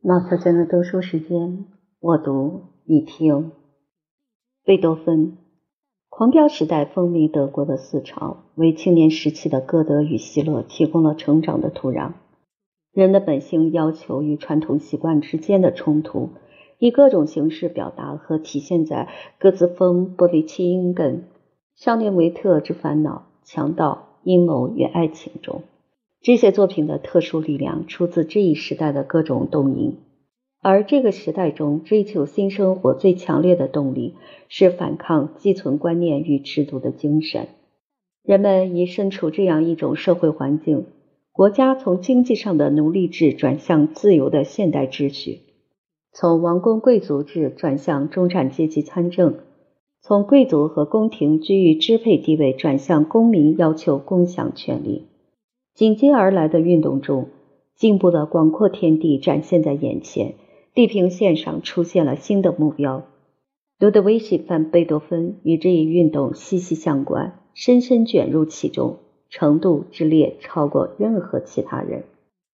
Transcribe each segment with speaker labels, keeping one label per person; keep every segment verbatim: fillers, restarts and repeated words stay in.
Speaker 1: 马斯真的读书时间，我读你听。贝多芬，狂飙时代风靡德国的思潮，为青年时期的歌德与希勒提供了成长的土壤。人的本性要求与传统习惯之间的冲突，以各种形式表达和体现在格兹风、波利奇因根、少年维特之烦恼、强盗、阴谋与爱情中。这些作品的特殊力量出自这一时代的各种动因，而这个时代中追求新生活最强烈的动力是反抗寄存观念与制度的精神。人们已身处这样一种社会环境，国家从经济上的奴隶制转向自由的现代秩序，从王公贵族制转向中产阶级参政，从贵族和宫廷居于支配地位转向公民要求共享权利。紧接而来的运动中，进步的广阔天地展现在眼前，地平线上出现了新的目标。ludwig van贝多芬与这一运动息息相关，深深卷入其中，程度之烈超过任何其他人。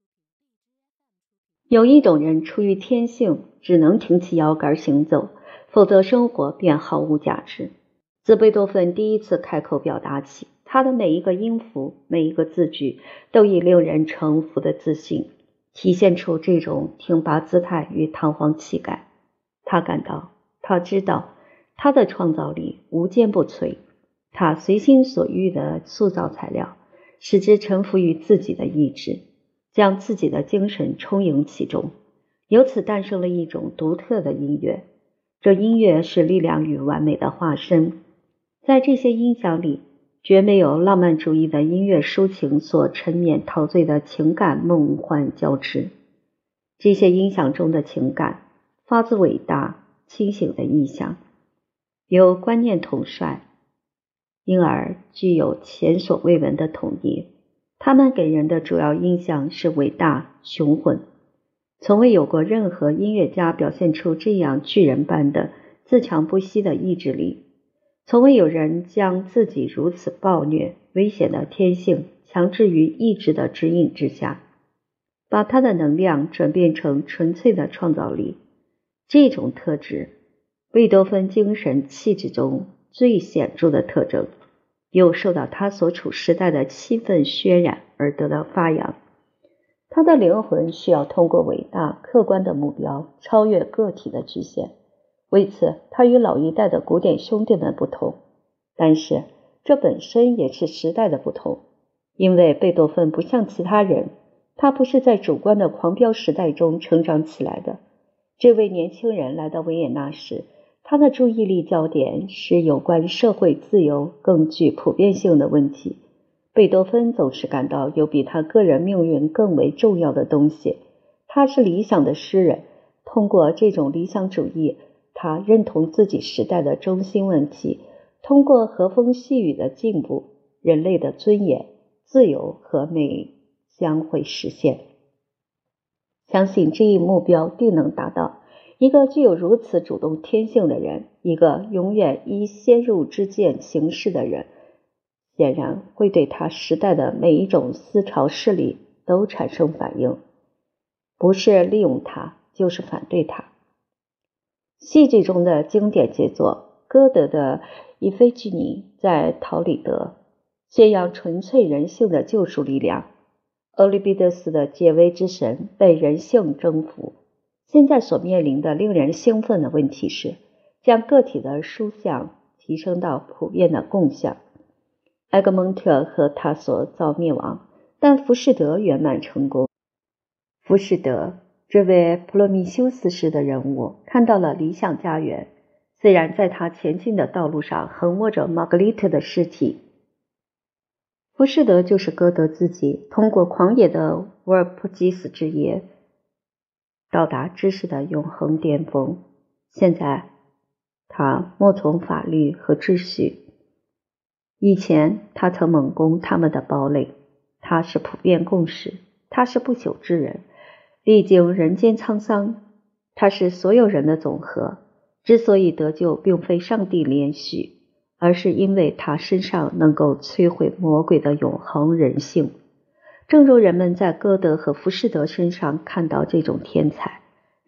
Speaker 1: 有一种人出于天性只能挺起腰杆行走，否则生活便毫无价值。自贝多芬第一次开口表达起，他的每一个音符，每一个字句都以令人臣服的自信体现出这种挺拔姿态与堂皇气概。他感到，他知道，他的创造力无坚不摧，他随心所欲的塑造材料，使之臣服于自己的意志，将自己的精神充盈其中，由此诞生了一种独特的音乐。这音乐是力量与完美的化身，在这些音响里，绝没有浪漫主义的音乐抒情所沉湎陶醉的情感梦幻交织。这些音响中的情感发自伟大清醒的意象，由观念统帅，因而具有前所未闻的统一。他们给人的主要印象是伟大雄浑，从未有过任何音乐家表现出这样巨人般的自强不息的意志力，从未有人将自己如此暴虐危险的天性强制于意志的指引之下，把他的能量转变成纯粹的创造力。这种特质，贝多芬精神气质中最显著的特征，又受到他所处时代的气氛渲染而得到发扬。他的灵魂需要通过伟大客观的目标超越个体的局限，为此他与老一代的古典兄弟们不同，但是这本身也是时代的不同，因为贝多芬不像其他人，他不是在主观的狂飙时代中成长起来的。这位年轻人来到维也纳时，他的注意力焦点是有关社会自由更具普遍性的问题。贝多芬总是感到有比他个人命运更为重要的东西。他是理想的诗人，通过这种理想主义，他认同自己时代的中心问题，通过和风细雨的进步，人类的尊严、自由和美将会实现。相信这一目标定能达到。一个具有如此主动天性的人，一个永远依先入之见行事的人，显然会对他时代的每一种思潮势力都产生反应，不是利用他，就是反对他。戏剧中的经典杰作，歌德的伊菲基尼在陶里德宣扬纯粹人性的救赎力量，欧利庇得斯的解围之神被人性征服。现在所面临的令人兴奋的问题是，将个体的殊相提升到普遍的共相。埃格蒙特和他所遭灭亡，但浮士德圆满成功。浮士德这位普罗米修斯式的人物看到了理想家园，虽然在他前进的道路上横卧着玛格丽特的尸体。浮士德就是歌德自己，通过狂野的沃尔普吉斯之夜到达知识的永恒巅峰。现在他默从法律和秩序，以前他曾猛攻他们的堡垒。他是普遍共识，他是不朽之人，历经人间沧桑，他是所有人的总和。之所以得救，并非上帝连续，而是因为他身上能够摧毁魔鬼的永恒人性。正如人们在歌德和浮士德身上看到这种天才，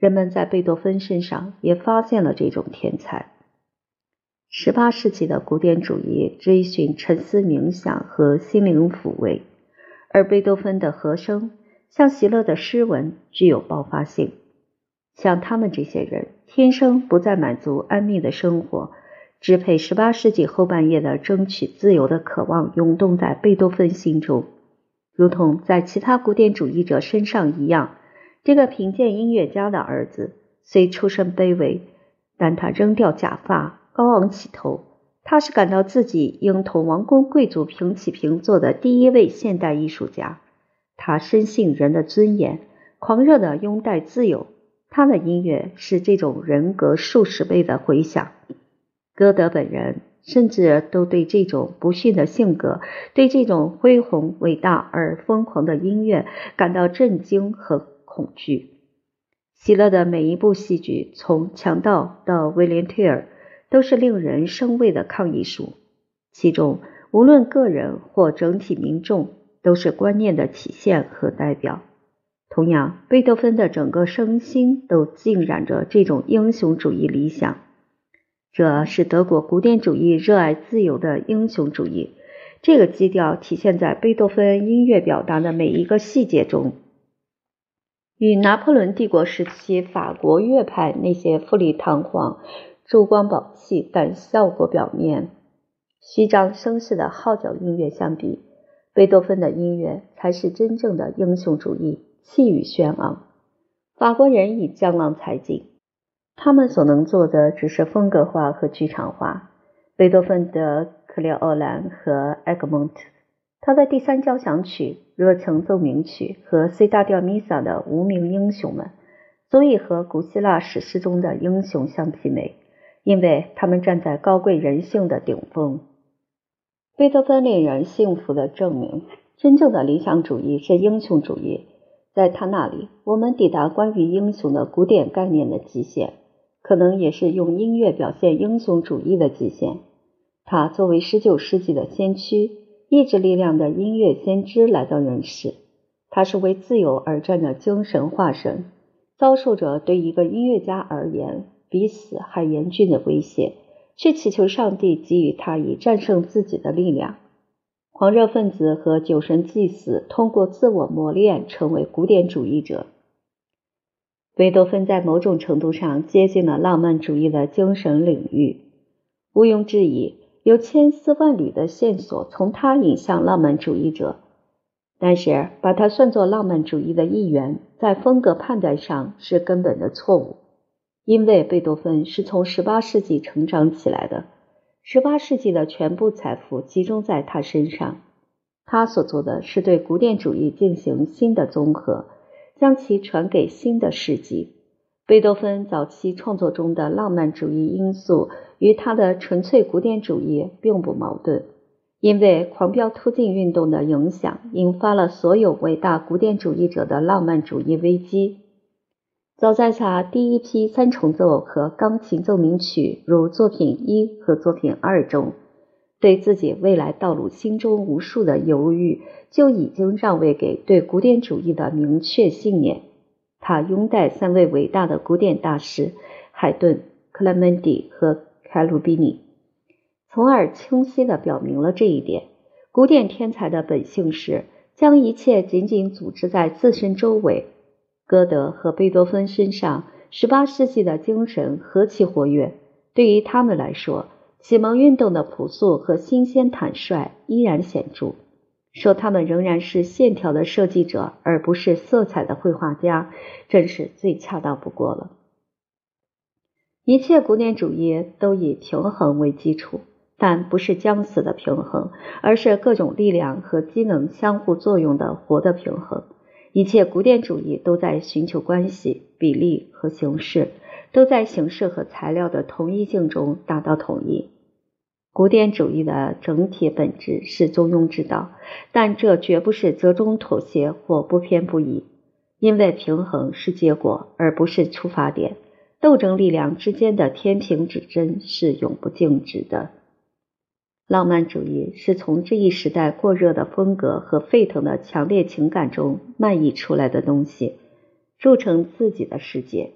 Speaker 1: 人们在贝多芬身上也发现了这种天才。十八世纪的古典主义追寻沉思冥想和心灵抚慰，而贝多芬的和声像席勒的诗文具有爆发性。像他们这些人天生不再满足安谧的生活，支配十八世纪后半叶的争取自由的渴望涌动在贝多芬心中，如同在其他古典主义者身上一样。这个贫贱音乐家的儿子虽出身卑微，但他扔掉假发，高昂起头。他是感到自己应同王公贵族平起平坐的第一位现代艺术家。他深信人的尊严，狂热地拥戴自由。他的音乐是这种人格数十倍的回响。歌德本人甚至都对这种不驯的性格，对这种恢宏伟大而疯狂的音乐感到震惊和恐惧。席勒的每一部戏剧，从强盗到威廉退尔，都是令人生畏的抗议书，其中无论个人或整体民众都是观念的体现和代表。同样，贝多芬的整个身心都浸染着这种英雄主义理想。这是德国古典主义热爱自由的英雄主义，这个基调体现在贝多芬音乐表达的每一个细节中。与拿破仑帝国时期法国乐派那些富丽堂皇、珠光宝气但效果表面虚张声势的号角音乐相比，贝多芬的音乐才是真正的英雄主义，气宇轩昂。法国人以江郎才尽，他们所能做的只是风格化和剧场化。贝多芬的克列奥兰和埃格蒙特，他的第三交响曲、热情奏鸣曲和 C 大调弥撒的无名英雄们，足以和古希腊史诗中的英雄相媲美，因为他们站在高贵人性的顶峰。贝多芬令人信服地证明，真正的理想主义是英雄主义。在他那里，我们抵达关于英雄的古典概念的极限，可能也是用音乐表现英雄主义的极限。他作为十九世纪的先驱，意志力量的音乐先知来到人世，他是为自由而战的精神化身，遭受着对一个音乐家而言比死还严峻的威胁，却祈求上帝给予他以战胜自己的力量。狂热分子和酒神祭司通过自我磨练成为古典主义者。贝多芬在某种程度上接近了浪漫主义的精神领域，毋庸置疑，有千丝万缕的线索从他引向浪漫主义者，但是把他算作浪漫主义的一员，在风格判断上是根本的错误。因为贝多芬是从十八世纪成长起来的，十八世纪的全部财富集中在他身上，他所做的是对古典主义进行新的综合，将其传给新的世纪。贝多芬早期创作中的浪漫主义因素与他的纯粹古典主义并不矛盾，因为狂飙突进运动的影响引发了所有伟大古典主义者的浪漫主义危机。早在他第一批三重奏和钢琴奏鸣曲如作品一和作品二中，对自己未来道路心中无数的犹豫就已经让位给对古典主义的明确信念。他拥戴三位伟大的古典大师海顿、克莱门蒂和凯鲁比尼，从而清晰地表明了这一点。古典天才的本性是将一切紧紧组织在自身周围。歌德和贝多芬身上十八世纪的精神何其活跃，对于他们来说，启蒙运动的朴素和新鲜坦率依然显著。说他们仍然是线条的设计者，而不是色彩的绘画家，真是最恰当不过了。一切古典主义都以平衡为基础，但不是将死的平衡，而是各种力量和机能相互作用的活的平衡。一切古典主义都在寻求关系、比例和形式，都在形式和材料的同一性中达到统一。古典主义的整体本质是中庸之道，但这绝不是折中妥协或不偏不倚，因为平衡是结果而不是出发点，斗争力量之间的天平指针是永不静止的。浪漫主义是从这一时代过热的风格和沸腾的强烈情感中漫溢出来的东西，铸成自己的世界，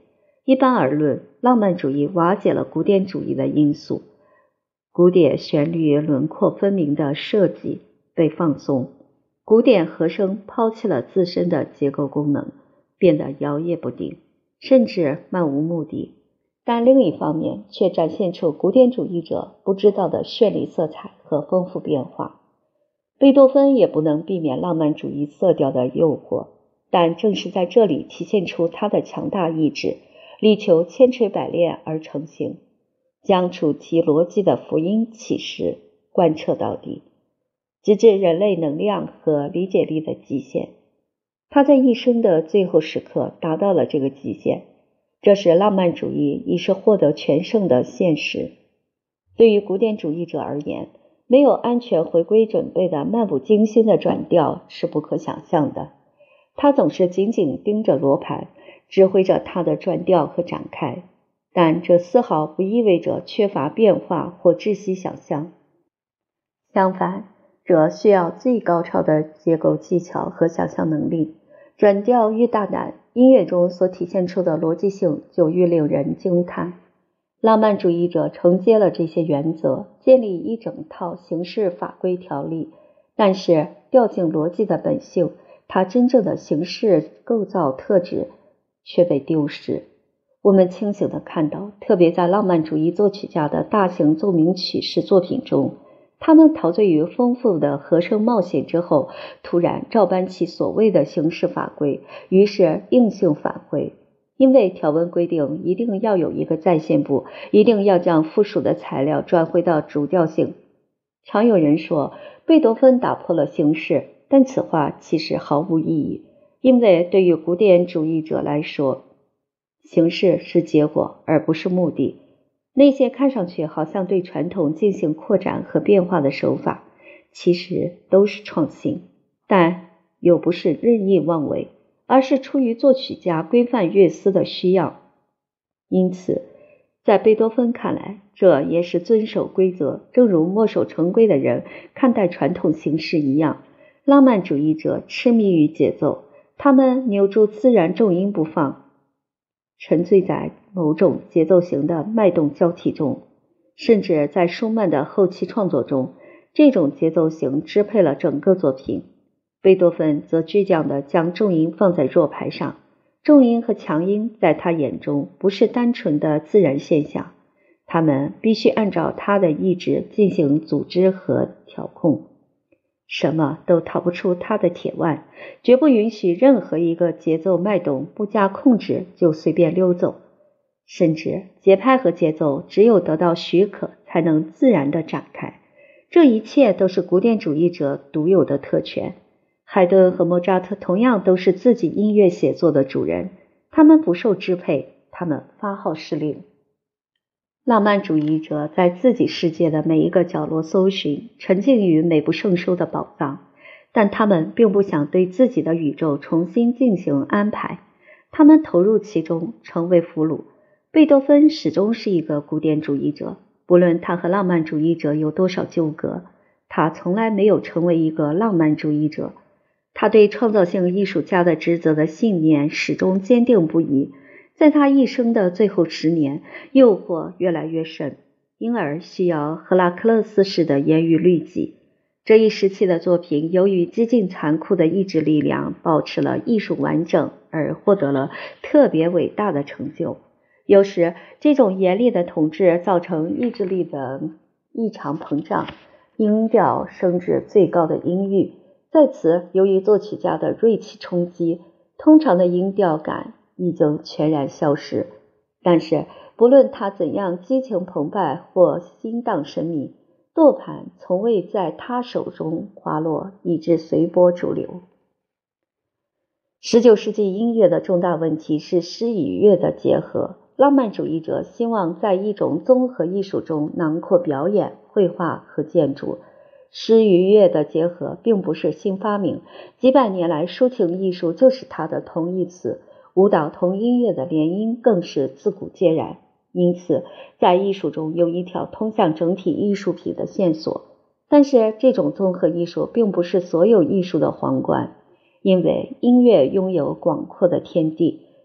Speaker 1: 一般而论，浪漫主义瓦解了古典主义的因素，古典旋律轮廓分明的设计被放松，古典和声抛弃了自身的结构功能，变得摇曳不定，甚至漫无目的。但另一方面却展现出古典主义者不知道的绚丽色彩和丰富变化。贝多芬也不能避免浪漫主义色调的诱惑，但正是在这里体现出他的强大意志，力求千锤百炼而成形，将主题逻辑的福音启示贯彻到底，直至人类能量和理解力的极限。他在一生的最后时刻达到了这个极限，这使浪漫主义已是获得全胜的现实。对于古典主义者而言，没有安全回归准备的漫不经心的转调是不可想象的。他总是紧紧盯着罗盘，指挥着他的转调和展开，但这丝毫不意味着缺乏变化或窒息想象。相反，这需要最高超的结构技巧和想象能力。转调愈大胆，音乐中所体现出的逻辑性就愈令人惊叹。浪漫主义者承接了这些原则，建立一整套形式法规条例，但是调性逻辑的本性，它真正的形式构造特质却被丢失。我们清醒地看到，特别在浪漫主义作曲家的大型奏鸣曲式作品中，他们陶醉于丰富的和声冒险之后，突然照搬起所谓的形式法规，于是硬性返回。因为条文规定一定要有一个再现部，一定要将附属的材料转回到主调性。常有人说贝多芬打破了形式，但此话其实毫无意义，因为对于古典主义者来说，形式是结果而不是目的。那些看上去好像对传统进行扩展和变化的手法，其实都是创新，但又不是任意妄为，而是出于作曲家规范乐思的需要。因此在贝多芬看来，这也是遵守规则，正如墨守成规的人看待传统形式一样。浪漫主义者痴迷于节奏，他们扭住自然重音不放，沉醉在某种节奏型的脉动交替中，甚至在舒曼的后期创作中，这种节奏型支配了整个作品。贝多芬则倔强地将重音放在弱拍上，重音和强音在他眼中不是单纯的自然现象，他们必须按照他的意志进行组织和调控，什么都逃不出他的铁腕，绝不允许任何一个节奏脉动不加控制就随便溜走，甚至节拍和节奏只有得到许可才能自然地展开。这一切都是古典主义者独有的特权。海顿和莫扎特同样都是自己音乐写作的主人，他们不受支配，他们发号施令。浪漫主义者在自己世界的每一个角落搜寻，沉浸于美不胜收的宝藏，但他们并不想对自己的宇宙重新进行安排，他们投入其中，成为俘虏。贝多芬始终是一个古典主义者，不论他和浪漫主义者有多少纠葛，他从来没有成为一个浪漫主义者。他对创造性艺术家的职责的信念始终坚定不移，在他一生的最后十年，诱惑越来越甚，因而需要赫拉克勒斯式的严于律己。这一时期的作品由于激进残酷的意志力量，保持了艺术完整，而获得了特别伟大的成就。有时这种严厉的统治造成意志力的异常膨胀，音调升至最高的音域，在此由于作曲家的锐气冲击，通常的音调感已经全然消失。但是不论他怎样激情澎湃或心荡神迷，舵盘从未在他手中滑落，以致随波逐流。十九世纪音乐的重大问题是诗与乐的结合。浪漫主义者希望在一种综合艺术中囊括表演、绘画和建筑。诗与乐的结合并不是新发明，几百年来抒情艺术就是它的同义词，舞蹈同音乐的联姻更是自古皆然。因此在艺术中有一条通向整体艺术品的线索，但是这种综合艺术并不是所有艺术的皇冠，因为音乐拥有广阔的天地，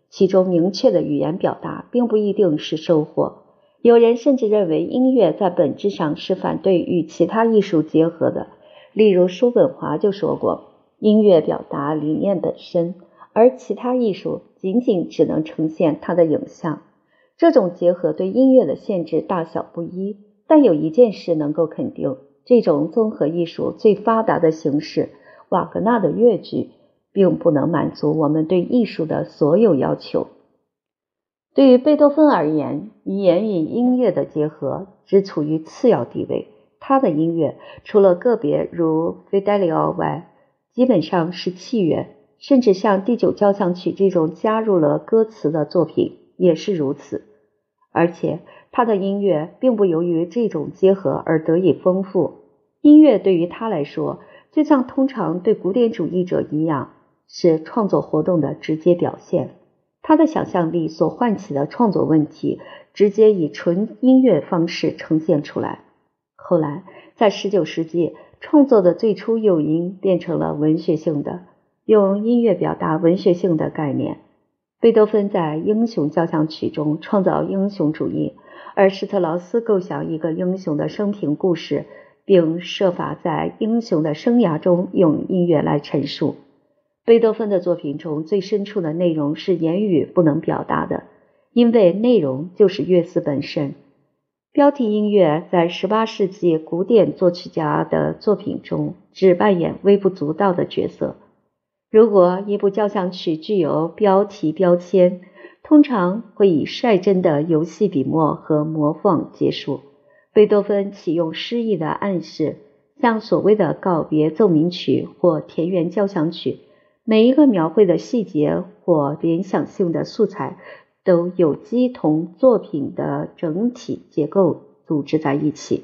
Speaker 1: 其中明确的语言表达并不一定是收获。有人甚至认为音乐在本质上是反对与其他艺术结合的，例如叔本华就说过，音乐表达理念本身，而其他艺术仅仅只能呈现它的影像。这种结合对音乐的限制大小不一，但有一件事能够肯定，这种综合艺术最发达的形式，瓦格纳的乐剧，并不能满足我们对艺术的所有要求。对于贝多芬而言，语言与音乐的结合只处于次要地位，他的音乐除了个别如费德里奥外，基本上是器乐，甚至像第九交响曲这种加入了歌词的作品也是如此。而且他的音乐并不由于这种结合而得以丰富，音乐对于他来说，就像通常对古典主义者一样，是创作活动的直接表现。他的想象力所唤起的创作问题，直接以纯音乐方式呈现出来。后来，在十九世纪，创作的最初诱因变成了文学性的，用音乐表达文学性的概念。贝多芬在《英雄交响曲》中创造英雄主义，而施特劳斯构想一个英雄的生平故事，并设法在英雄的生涯中用音乐来陈述。贝多芬的作品中最深处的内容是言语不能表达的，因为内容就是乐思本身。标题音乐在十八世纪古典作曲家的作品中只扮演微不足道的角色。如果一部交响曲具有标题标签，通常会以率真的游戏笔墨和模仿结束。贝多芬启用诗意的暗示，像所谓的告别奏鸣曲或田园交响曲，每一个描绘的细节或联想性的素材都有机同作品的整体结构组织在一起。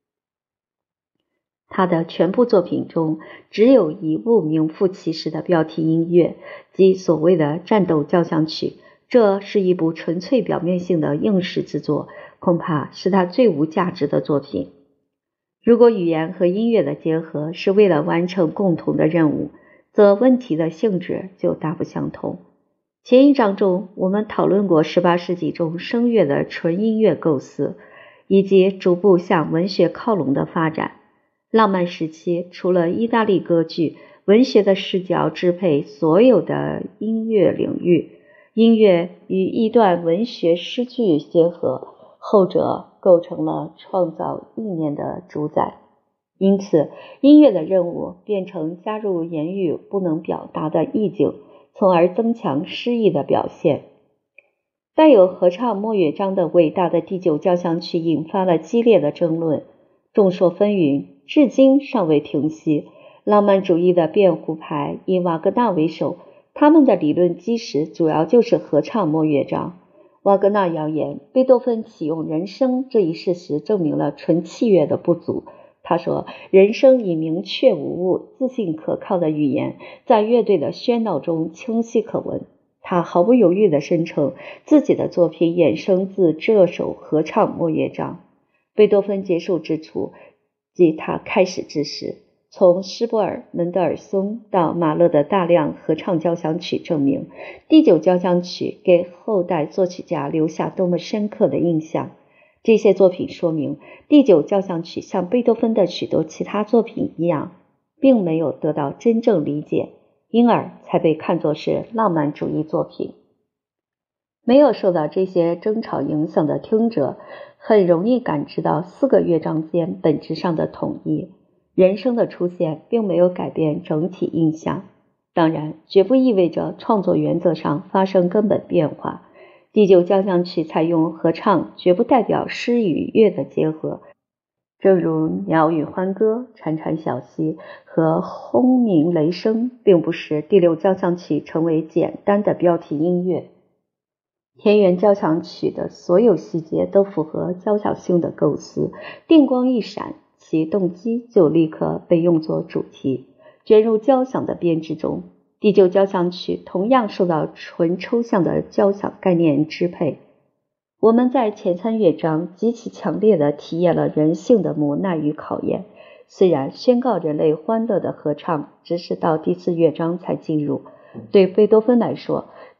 Speaker 1: 他的全部作品中只有一部名副其实的标题音乐，即所谓的战斗交响曲。这是一部纯粹表面性的应试之作，恐怕是他最无价值的作品。如果语言和音乐的结合是为了完成共同的任务，则问题的性质就大不相同。前一章中我们讨论过十八世纪中声乐的纯音乐构思，以及逐步向文学靠拢的发展。浪漫时期，除了意大利歌剧，文学的视角支配所有的音乐领域，音乐与一段文学诗句结合，后者构成了创造意念的主宰。因此，音乐的任务变成加入言语不能表达的意境，从而增强诗意的表现。带有合唱末乐章的伟大的第九交响曲引发了激烈的争论，众说纷纭，至今尚未停息。浪漫主义的辩护派以瓦格纳为首，他们的理论基石主要就是合唱末乐章。瓦格纳谣言，贝多芬启用人声这一事实证明了纯器乐的不足。他说，人声以明确无误、自信可靠的语言，在乐队的喧闹中清晰可闻。他毫不犹豫地声称，自己的作品衍生自这首合唱末乐章。贝多芬结束之处，即他开始之时，从施波尔、门德尔松到马勒的大量合唱交响曲证明，第九交响曲给后代作曲家留下多么深刻的印象。这些作品说明，第九交响曲像贝多芬的许多其他作品一样，并没有得到真正理解，因而才被看作是浪漫主义作品。没有受到这些争吵影响的听者，很容易感知到四个乐章间本质上的统一。人声的出现并没有改变整体印象，当然，绝不意味着创作原则上发生根本变化。第九交响曲采用合唱，绝不代表诗与乐的结合。正如鸟语欢歌、潺潺小溪和轰鸣雷声，并不使第六交响曲成为简单的标题音乐。田园交响曲的所有细节都符合交响性的构思，电光一闪，其动机就立刻被用作主题，卷入交响的编制中。第九交响曲同样受到纯抽象的交响概念支配。我们在前三乐章极其强烈地体验了人性的磨难与考验，虽然宣告人类欢乐的合唱只是到第四乐章才进入。对贝多芬来说，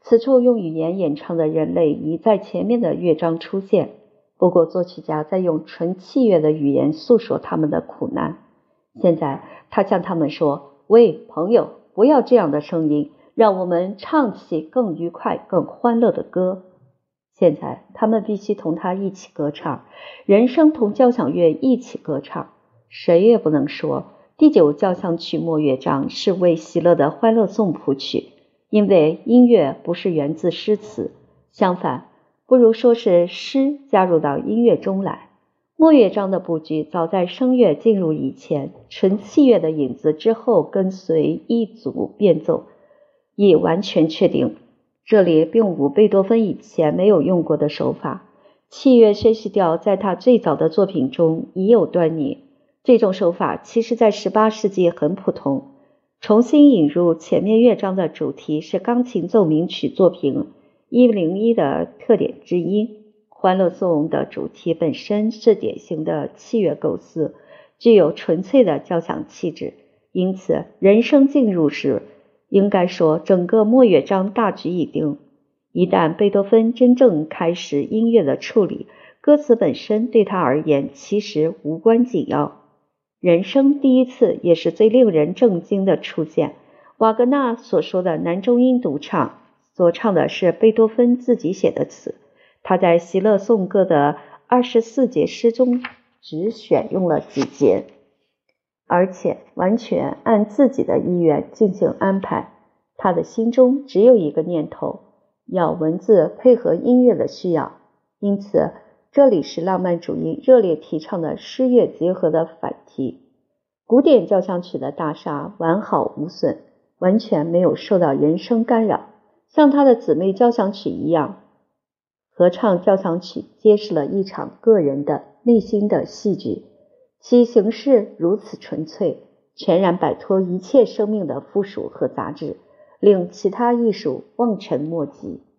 Speaker 1: 此处用语言演唱的人类已在前面的乐章出现，不过作曲家在用纯器乐的语言诉说他们的苦难。现在他向他们说，喂，朋友，不要这样的声音，让我们唱起更愉快更欢乐的歌。现在他们必须同他一起歌唱，人声同交响乐一起歌唱。谁也不能说第九交响曲末乐章是为喜乐的欢乐颂谱曲，因为音乐不是源自诗词，相反，不如说是诗加入到音乐中来。末乐章的布局早在声乐进入以前，纯器乐的影子之后跟随一组变奏，已完全确定。这里并无贝多芬以前没有用过的手法，器乐宣叙调在他最早的作品中已有端倪。这种手法其实在十八世纪很普通。重新引入前面乐章的主题是钢琴奏鸣曲作品一零一的特点之一。欢乐颂的主题本身是典型的器乐构思，具有纯粹的交响气质，因此人声进入时，应该说整个末乐章大局已定。一旦贝多芬真正开始音乐的处理，歌词本身对他而言其实无关紧要。人声第一次也是最令人震惊的出现。瓦格纳所说的男中音独唱，所唱的是贝多芬自己写的词，他在喜乐颂歌的二十四节诗中只选用了几节，而且完全按自己的意愿进行安排。他的心中只有一个念头，要文字配合音乐的需要，因此这里是浪漫主义热烈提倡的诗乐结合的反题。古典交响曲的大厦完好无损，完全没有受到人声干扰，像他的姊妹交响曲一样。合唱交响曲揭示了一场个人的内心的戏剧，其形式如此纯粹，全然摆脱一切生命的附属和杂质，令其他艺术望尘莫及。